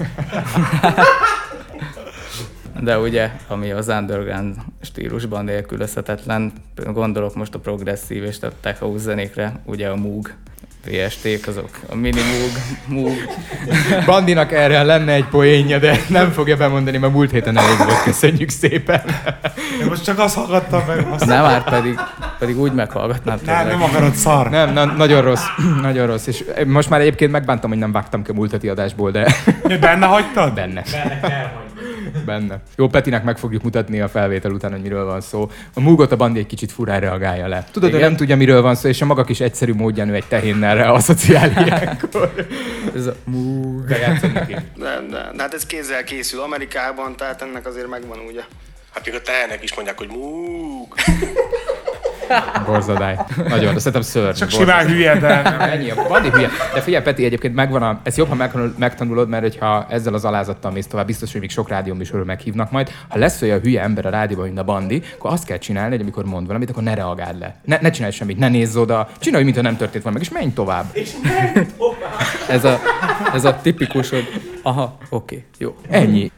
E: De ugye, ami az underground stílusban nélkülözhetetlen, gondolok most a progresszív és a tech house zenékre, ugye a Moog, vé es té-k azok, a mini Moog, Moog.
C: Bandinak erre lenne egy poénja, de nem fogja bemondani, mert múlt héten elég volt, köszönjük szépen.
A: Én most csak azt hallgattam meg. Azt
E: Nem már pedig, pedig úgy meghallgatnám
A: nem,
E: tényleg.
A: nem akarod szar.
C: Nem, na, nagyon rossz, nagyon rossz, és most már egyébként megbántam, hogy nem vágtam ki a múlt heti adásból, de
A: Mi, benne hagytad?
C: benne. Benne. Jó, Petinek meg fogjuk mutatni a felvétel után, hogy miről van szó. A Moogot a Bandi egy kicsit furán reagálja le. Tudod,
E: Igen?
C: ő nem tudja, miről van szó, és a maga kis egyszerű módján ő egy tehénnel asszociál ilyenkor.
E: Ez a Moog.
C: De játszom neki.
H: De, de, de hát ez kézzel készül Amerikában, tehát ennek azért megvan ugye.
D: Hát még a tehenek is mondják, hogy múg.
C: Borzadály. Nagyon, de szerintem szörnyű.
A: Csak
C: borzasztó.
A: simán hülye, de nem.
C: Ennyi, a Bandi hülye. De figyelj, Peti, egyébként megvan a... Ezt jobb, ha megtanul- megtanulod, mert hogyha ezzel az alázattal mész tovább, biztos, hogy még sok rádióműsorról meghívnak majd. Ha lesz olyan hülye ember a rádióban, mint a Bandi, akkor azt kell csinálni, hogy amikor mond valamit, akkor ne reagáld le. Ne, ne csinálj semmit, ne nézz oda, csinálj, mintha nem történt volna meg, és menj tovább.
E: Ez a, ez a tipikus, hogy aha, oké, jó.
C: Ennyi.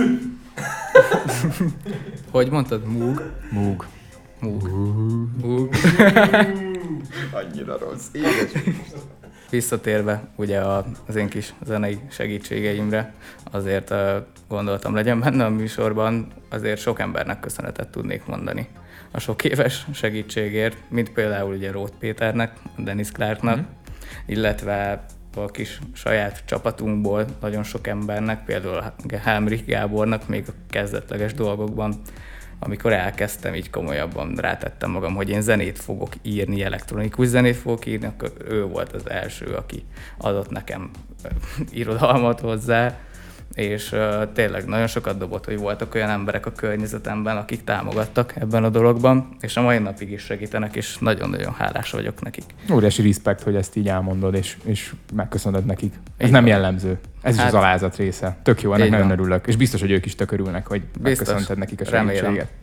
E: Hogy mondtad? Moog?
C: Múg.
E: Moog. Moog.
C: Annyira rossz.
E: Visszatérve ugye a- az én kis zenei segítségeimre, azért uh, gondoltam legyen benne a műsorban, azért sok embernek köszönetet tudnék mondani a sok éves segítségért, mint például ugye Róth Péternek, Dennis Clarknak, mm-hmm. illetve a kis saját csapatunkból nagyon sok embernek, például Helmrich Gábornak még a kezdetleges dolgokban, amikor elkezdtem, így komolyabban rátettem magam, hogy én zenét fogok írni, elektronikus zenét fogok írni, akkor ő volt az első, aki adott nekem ö, irodalmat hozzá, és uh, tényleg nagyon sokat dobott, hogy voltak olyan emberek a környezetemben, akik támogattak ebben a dologban, és a mai napig is segítenek, és nagyon-nagyon hálás vagyok nekik.
C: Óriási respekt, hogy ezt így elmondod, és, és megköszönöd nekik. Ez
E: Így
C: nem
E: van.
C: jellemző. Ez
E: Hát-
C: is az alázat része. Tök jó, ennek
E: Így
C: nagyon
E: van.
C: örülök. És biztos, hogy ők is tök örülnek, hogy
E: Biztos.
C: megköszönted nekik a
E: Remélem.
C: segítséget.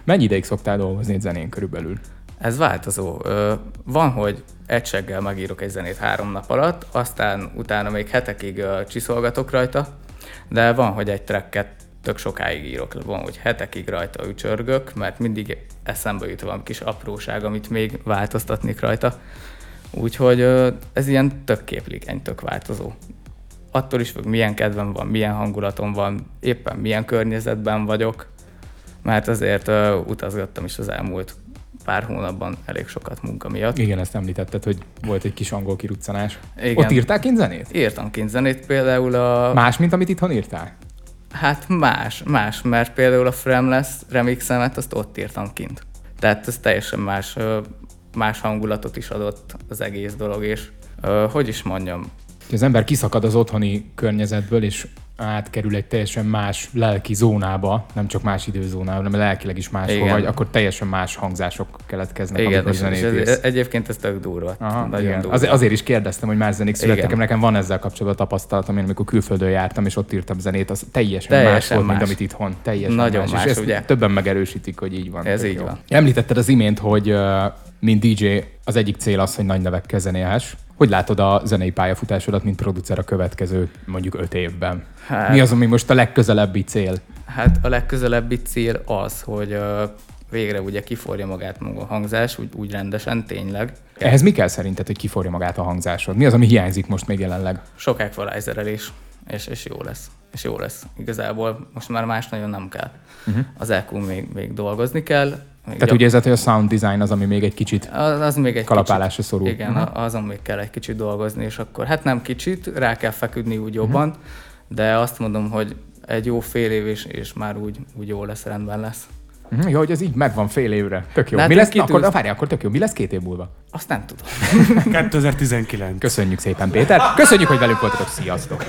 C: Mennyi ideig szoktál dolgozni egy zenén körülbelül?
E: Ez változó. Ö, van, hogy egyseggel megírok egy zenét három nap alatt, aztán utána még hetekig ö, csiszolgatok rajta, de van, hogy egy tracket tök sokáig írok. Van, hogy hetekig rajta ücsörgök, mert mindig eszembe jut valami kis apróság, amit még változtatnék rajta. Úgyhogy ö, ez ilyen tök képlékeny, tök változó. Attól is függ, milyen kedvem van, milyen hangulatom van, éppen milyen környezetben vagyok, mert azért ö, utazgattam is az elmúlt pár hónapban elég sokat munka miatt.
C: Igen, ezt említetted, hogy volt egy kis angol kiruccanás.
E: Igen.
C: Ott írtál kint zenét?
E: Írtam kint zenét, például a...
C: Más, mint amit itthon írtál?
E: Hát más, más, mert például a Frameless remixemet azt ott írtam kint. Tehát ez teljesen más, ö, más hangulatot is adott az egész dolog, és ö, hogy is mondjam,
C: Az ember kiszakad az otthoni környezetből, és átkerül egy teljesen más lelki zónába, nem csak más időzónába, hanem lelkileg is máshol vagy, akkor teljesen más hangzások keletkeznek,
E: igen,
C: amikor
E: és,
C: zenét
E: és ez,
C: írsz.
E: egyébként ez tök durva.
C: Aha, igen. Az, azért is kérdeztem, hogy más zenék születtek, nekem van ezzel kapcsolatban tapasztalatom, én amikor külföldön jártam, és ott írtam zenét, az teljesen, teljesen más volt, más. mint amit itthon. Teljesen
E: nagyon
C: más.
E: más,
C: és ezt
E: ugye?
C: többen megerősítik, hogy így van.
E: Ez így
C: jó.
E: van.
C: Említetted az imént, hogy mint dé dzsé az egyik cél az, hogy nagy nevekkel zenélhess. Hogy látod a zenei pályafutásodat, mint producer a következő mondjuk öt évben? Hát, mi az, ami most a legközelebbi cél?
E: Hát a legközelebbi cél az, hogy uh, végre ugye kiforja magát maga a hangzás, úgy, úgy rendesen, tényleg.
C: Ehhez mi kell szerinted, hogy kiforja magát a hangzásod? Mi az, ami hiányzik most még jelenleg?
E: Sok equalizerelés, és, és jó lesz. És jó lesz. Igazából most már más nagyon nem kell. Uh-huh. Az é kú még, még dolgozni kell.
C: Tehát gyak... úgy érzed, hogy a sound design az, ami még egy kicsit
E: az, az még egy
C: kalapálásra szorul.
E: Igen, uh-huh. azon még kell egy kicsit dolgozni, és akkor hát nem kicsit, rá kell feküdni úgy jobban, uh-huh. de azt mondom, hogy egy jó fél év és, és már úgy, úgy jó lesz, rendben lesz.
C: Uh-huh. Jó, hogy ez így megvan fél évre. Tök jó. Mi lesz? Na, akkor, várjál, akkor tök jó. Mi lesz két év múlva?
E: Azt nem tudom.
A: kétezer-tizenkilenc.
C: Köszönjük szépen, Péter. Köszönjük, hogy velünk voltatok. Sziasztok!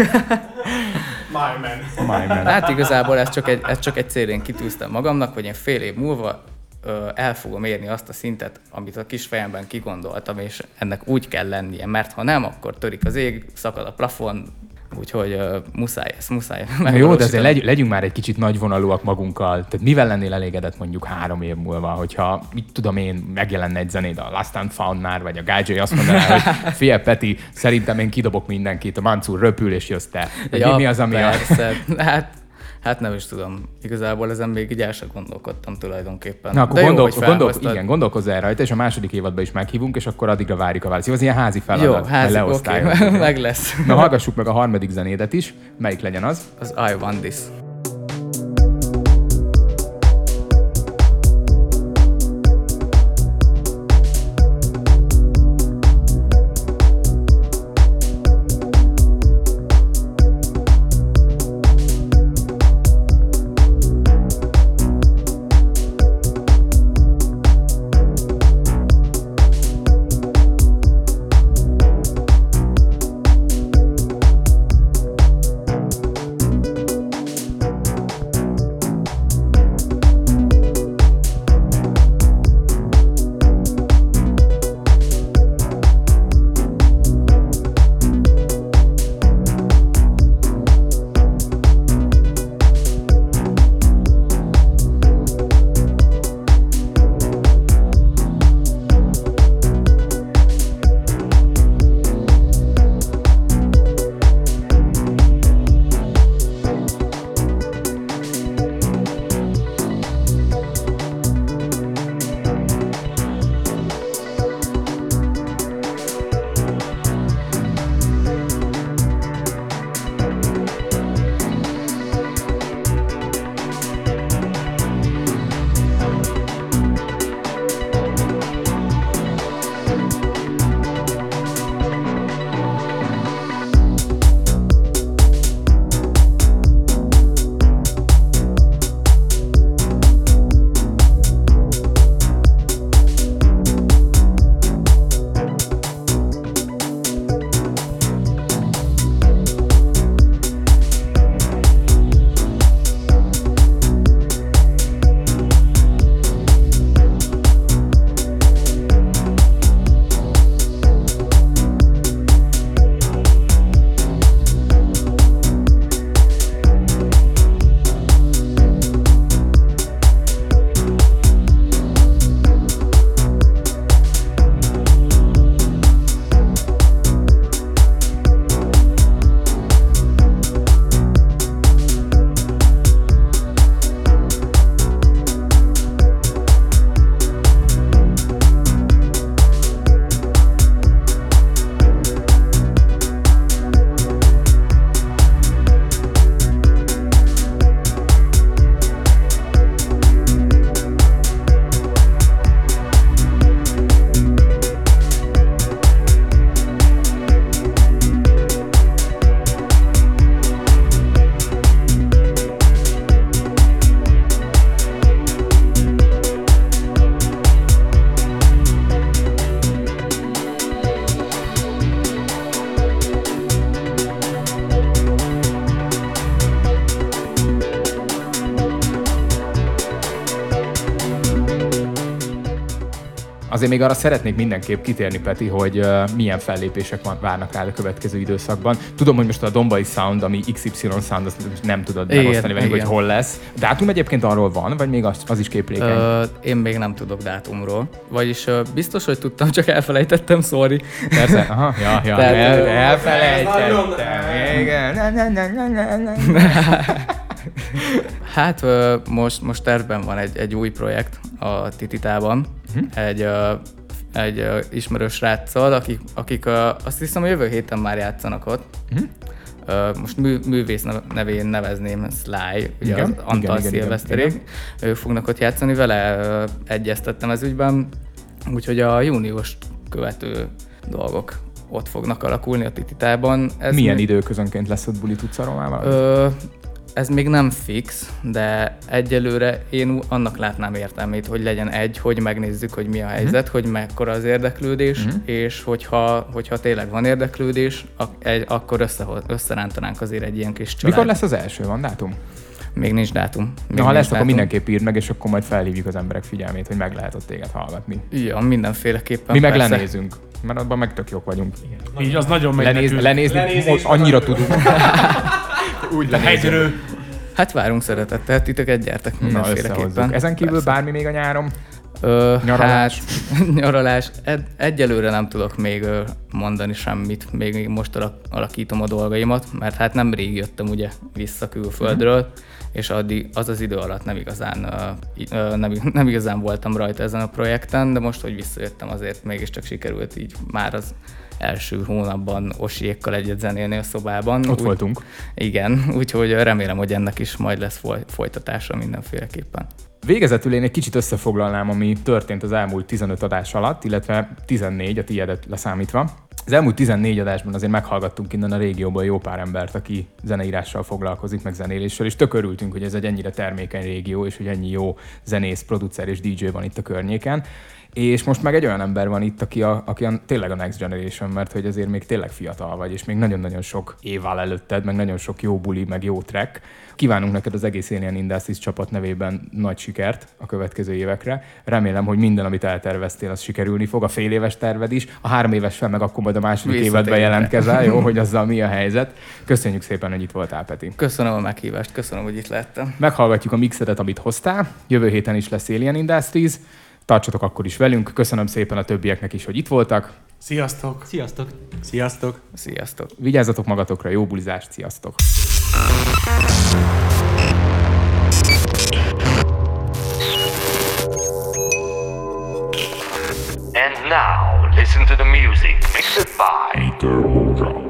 A: My man.
C: My man.
E: Hát igazából ez csak, egy, ez csak egy cél, én kitűztem magamnak, hogy én fél év múlva ö, el fogom érni azt a szintet, amit a kis fejemben kigondoltam, és ennek úgy kell lennie, mert ha nem, akkor törik az ég, szakad a plafon, úgyhogy uh, muszáj, ezt muszáj
C: jó, de azért legy, legyünk már egy kicsit nagyvonalúak magunkkal. Tehát mivel lennél elégedett mondjuk három év múlva, hogyha, mit tudom én, megjelenne egy zenéd a Lost and Found-nál, vagy a Gágyai azt mondaná, hogy fie Peti, szerintem én kidobok mindenkit, a Mancur röpül, és jössz te.
E: Ja,
C: mi, mi az, ami
E: persze. A... Hát, hát nem is tudom. Igazából ezen még így el sem gondolkodtam tulajdonképpen.
C: Na, akkor
E: de
C: gondol,
E: jó,
C: gondol, igen, gondolkozz el rajta, és a második évadban is meghívunk, és akkor addigra várjuk a választ. Jó, az ilyen házi feladat.
E: Jó, házi, oké, okay. Meg lesz.
C: Na, hallgassuk meg a harmadik zenédet is. Melyik legyen az?
E: Az I Want This.
C: Azért még arra szeretnék mindenképp kitérni, Peti, hogy uh, milyen fellépések van, várnak rád a következő időszakban. Tudom, hogy most a Dombai Sound, ami iksz ipszilon Sound, azt nem tudod
E: Igen,
C: megosztani velünk, hogy
E: igen.
C: hol lesz. Dátum egyébként arról van, vagy még az, az is képlékeny?
E: Ö, én még nem tudok dátumról. Vagyis ö, biztos, hogy tudtam, csak elfelejtettem, sorry.
C: Persze, aha, ja, ja,
E: Tehát,
C: el,
E: ö,
C: elfelejtettem. Igen. Na, na, na, na, na, na.
E: Hát ö, most, most tervben van egy, egy új projekt a Tititában. Uh-huh. Egy, ö, egy ö, ismerős sráccal, akik, akik ö, azt hiszem a jövő héten már játszanak ott. Uh-huh. Ö, most mű, művész nevén nevezném Sly, ugye
C: Igen,
E: az Antal
C: igen, igen,
E: Szilveszterék. Ők fognak ott játszani, vele ö, egyeztettem ez ügyben, úgyhogy a június követő dolgok ott fognak alakulni a Tititában. Ez
C: Milyen
E: még-
C: időközönként lesz ott buli, tudsz arról már valamit?
E: Ö, ez még nem fix, de egyelőre én ú- annak látnám értelmét, hogy legyen egy, hogy megnézzük, hogy mi a helyzet, uh-huh. hogy mekkora az érdeklődés, uh-huh. és hogyha, hogyha tényleg van érdeklődés, ak- egy, akkor összehoz, összerántanánk azért egy ilyen kis család.
C: Mikor lesz az első? Van dátum?
E: Még nincs dátum. Még
C: Na, ha
E: nincs
C: lesz, akkor
E: dátum.
C: mindenképp írd meg, és akkor majd felhívjuk az emberek figyelmét, hogy meg lehet ott téged hallgatni.
E: Ja, mindenféleképpen.
C: Mi meg
E: persze.
C: lenézünk, mert abban meg tök jók vagyunk.
A: Így az nagyon megy
C: Lenéz,
A: nekünk.
C: lenézni,
D: Lenézni
C: most
D: is
C: annyira tudunk. Úgy lenézünk.
A: Hegyről.
E: Hát várunk szeretettel, titeket gyertek
C: Na,
E: mindenféleképpen.
C: összehozzuk. Ezen kívül
E: Persze.
C: bármi még a nyáron?
E: Ö,
C: Nyaralás?
E: Hát, nyaralás. Ed, egyelőre nem tudok még ö, mondani semmit, még, még most alak, alakítom a dolgaimat, mert hát nem rég jöttem ugye vissza külföldről, uh-huh. és addig az az idő alatt nem igazán, ö, ö, nem, nem igazán voltam rajta ezen a projekten, de most, hogy visszajöttem, azért mégiscsak sikerült így már az első hónapban Osiékkal egyet zenélni a szobában.
C: Ott
E: Úgy,
C: voltunk.
E: Igen, úgyhogy remélem, hogy ennek is majd lesz foly- folytatása mindenféleképpen.
C: Végezetül én egy kicsit összefoglalnám, ami történt az elmúlt tizenöt adás alatt, illetve tizennégy, a tiédet leszámítva. Az elmúlt tizennégy adásban azért meghallgattunk innen a régióból jó pár embert, aki zeneírással foglalkozik, meg zenéléssel, és tök örültünk, hogy ez egy ennyire termékeny régió, és hogy ennyi jó zenész, producer és dé dzsé van itt a környéken. És most meg egy olyan ember van itt, aki, a, aki a, tényleg a Next Generation, mert hogy azért még tényleg fiatal vagy, és még nagyon-nagyon sok év áll előtted, meg nagyon sok jó buli, meg jó track. Kívánunk neked az egész Alien Industries csapat nevében nagy sikert a következő évekre. Remélem, hogy minden, amit elterveztél, az sikerülni fog. A fél éves terved is, a három éves fel, meg akkor majd a második
E: Visszatérve.
C: évadban jelentkezel, jó, hogy azzal mi a helyzet. Köszönjük szépen, hogy itt voltál, Peti.
E: Köszönöm a meghívást, köszönöm, hogy itt lehettem.
C: Meghallgatjuk a mixedet, amit hoztál. Jövő héten is lesz Alien Industries. Tartsatok akkor is velünk. Köszönöm szépen a többieknek is, hogy itt voltak.
A: Sziasztok!
B: Sziasztok!
D: Sziasztok!
E: Sziasztok!
C: Vigyázzatok magatokra, jó bulizást, sziasztok!
F: And now, listen to the music mixed by
G: Peter Moldra.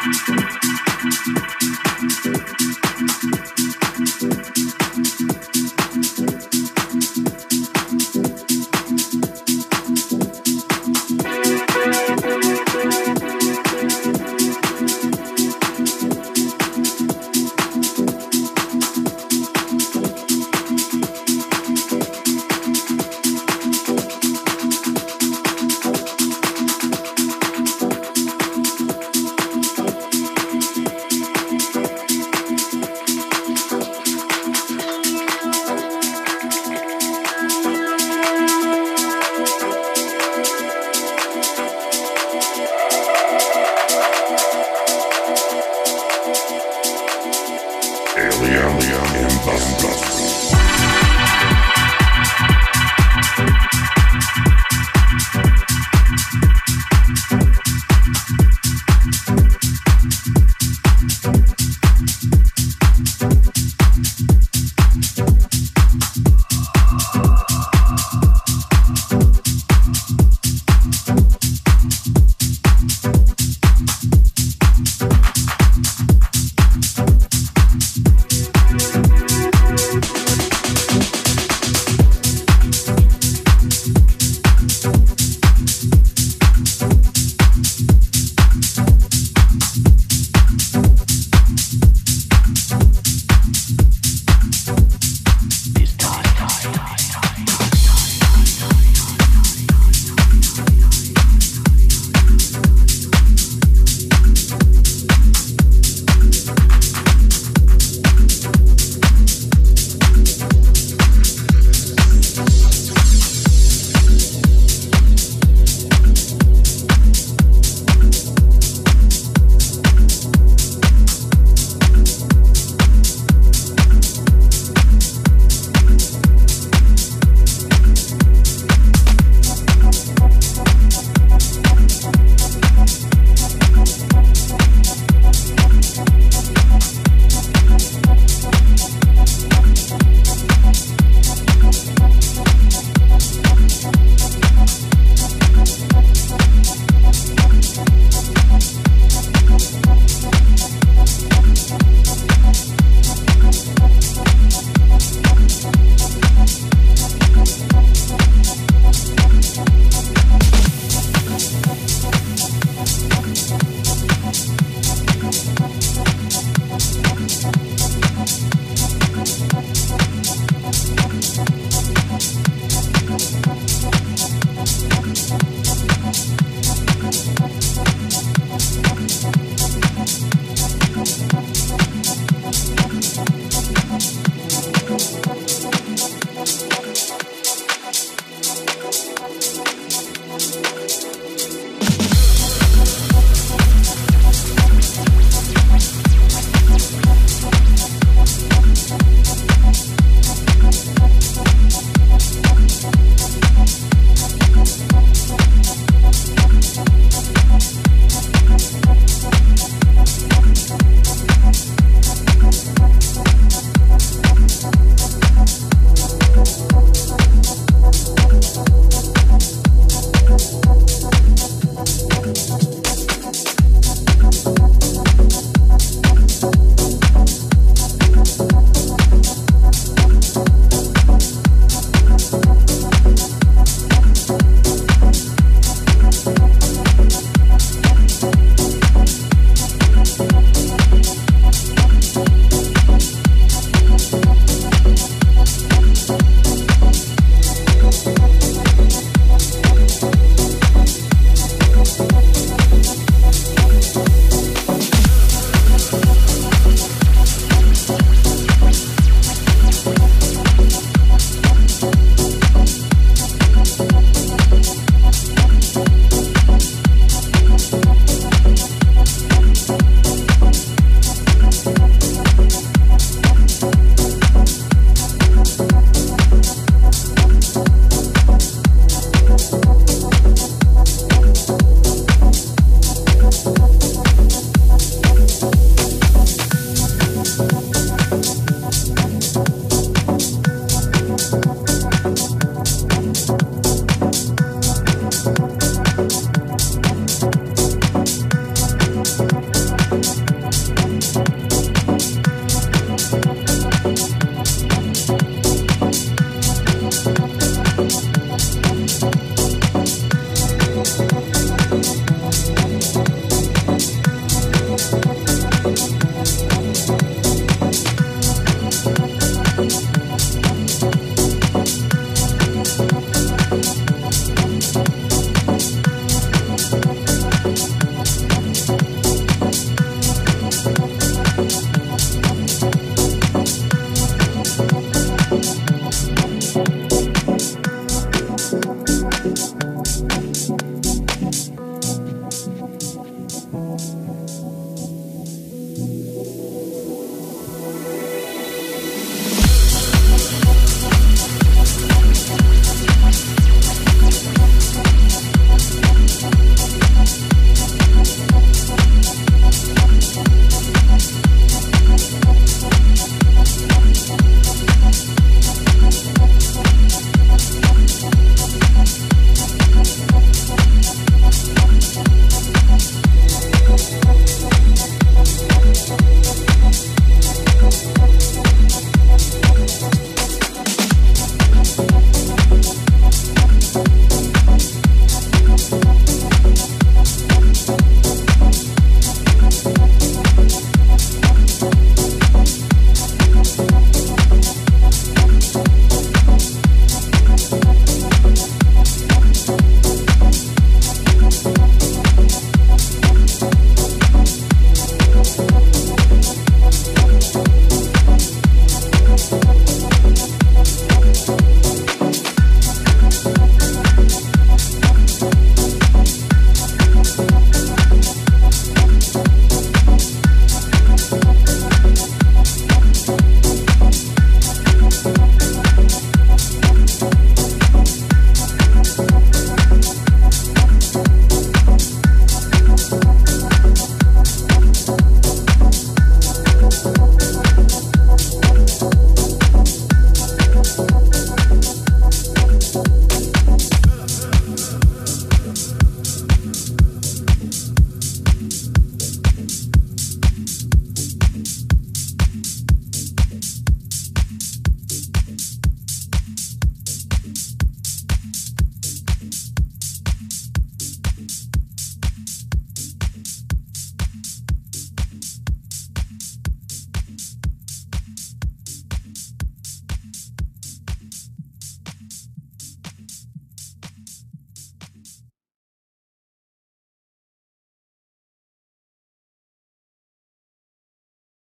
G: Industries.